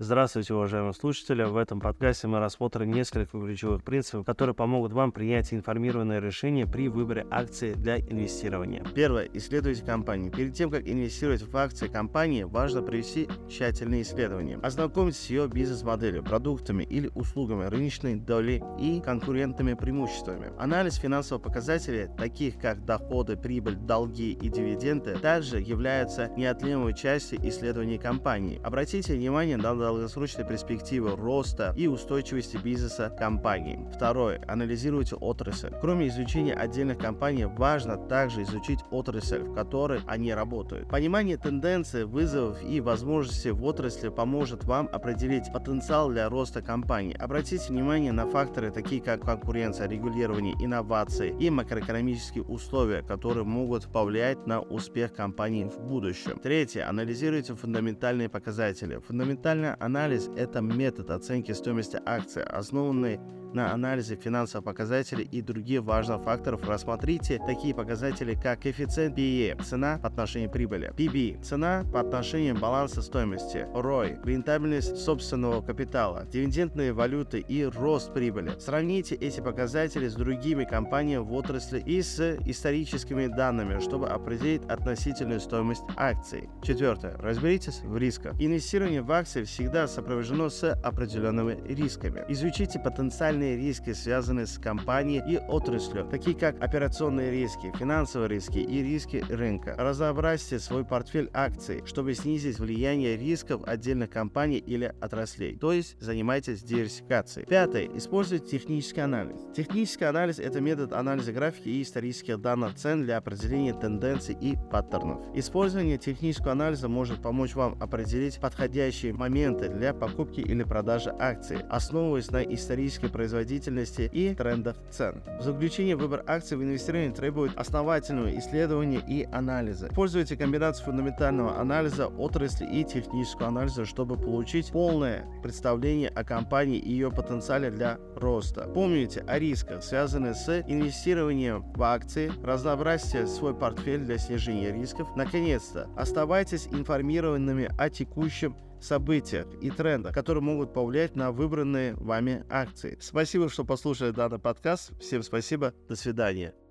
Здравствуйте, уважаемые слушатели! В этом подкасте мы рассмотрим несколько ключевых принципов, которые помогут вам принять информированное решение при выборе акций для инвестирования. Первое. Исследуйте компанию. Перед тем, как инвестировать в акции компании, важно провести тщательные исследования. Ознакомиться с ее бизнес-моделью, продуктами или услугами, рыночной долей и конкурентными преимуществами. Анализ финансовых показателей, таких как доходы, прибыль, долги и дивиденды, также являются неотъемлемой частью исследований компании. Обратите внимание на долгосрочные перспективы роста и устойчивости бизнеса компании. Второе. Анализируйте отрасль. Кроме изучения отдельных компаний, важно также изучить отрасль, в которой они работают. Понимание тенденций, вызовов и возможностей в отрасли поможет вам определить потенциал для роста компании. Обратите внимание на факторы, такие как конкуренция, регулирование, инновации и макроэкономические условия, которые могут повлиять на успех компании в будущем. Третье. Анализируйте фундаментальные показатели. Фундаментальный анализ – это метод оценки стоимости акций, основанный на анализе финансовых показателей и других важных факторов. Рассмотрите такие показатели, как коэффициент PE – цена по отношению к прибыли, PB – цена по отношению к балансу стоимости, ROI – рентабельность собственного капитала, дивидендные валюты и рост прибыли. Сравните эти показатели с другими компаниями в отрасли и с историческими данными, чтобы определить относительную стоимость акций. Четвертое. Разберитесь в рисках. Инвестирование в акции всегда сопровождено с определенными рисками. Изучите потенциальные риски, связанные с компанией и отраслью, такие как операционные риски, финансовые риски и риски рынка. Разнообразьте свой портфель акций, чтобы снизить влияние рисков отдельных компаний или отраслей, то есть занимайтесь диверсификацией. Пятое. Используйте технический анализ. Технический анализ – это метод анализа графики и исторических данных цен для определения тенденций и паттернов. Использование технического анализа может помочь вам определить подходящие моменты для покупки или продажи акций, основываясь на исторической производительности и трендах цен. В заключение, выбор акций в инвестировании требует основательного исследования и анализа. Используйте комбинацию фундаментального анализа, отрасли и технического анализа, чтобы получить полное представление о компании и ее потенциале для роста. Помните о рисках, связанных с инвестированием в акции, разнообразьте свой портфель для снижения рисков. Наконец-то, оставайтесь информированными о текущем событиях и трендах, которые могут повлиять на выбранные вами акции. Спасибо, что послушали данный подкаст. Всем спасибо. До свидания.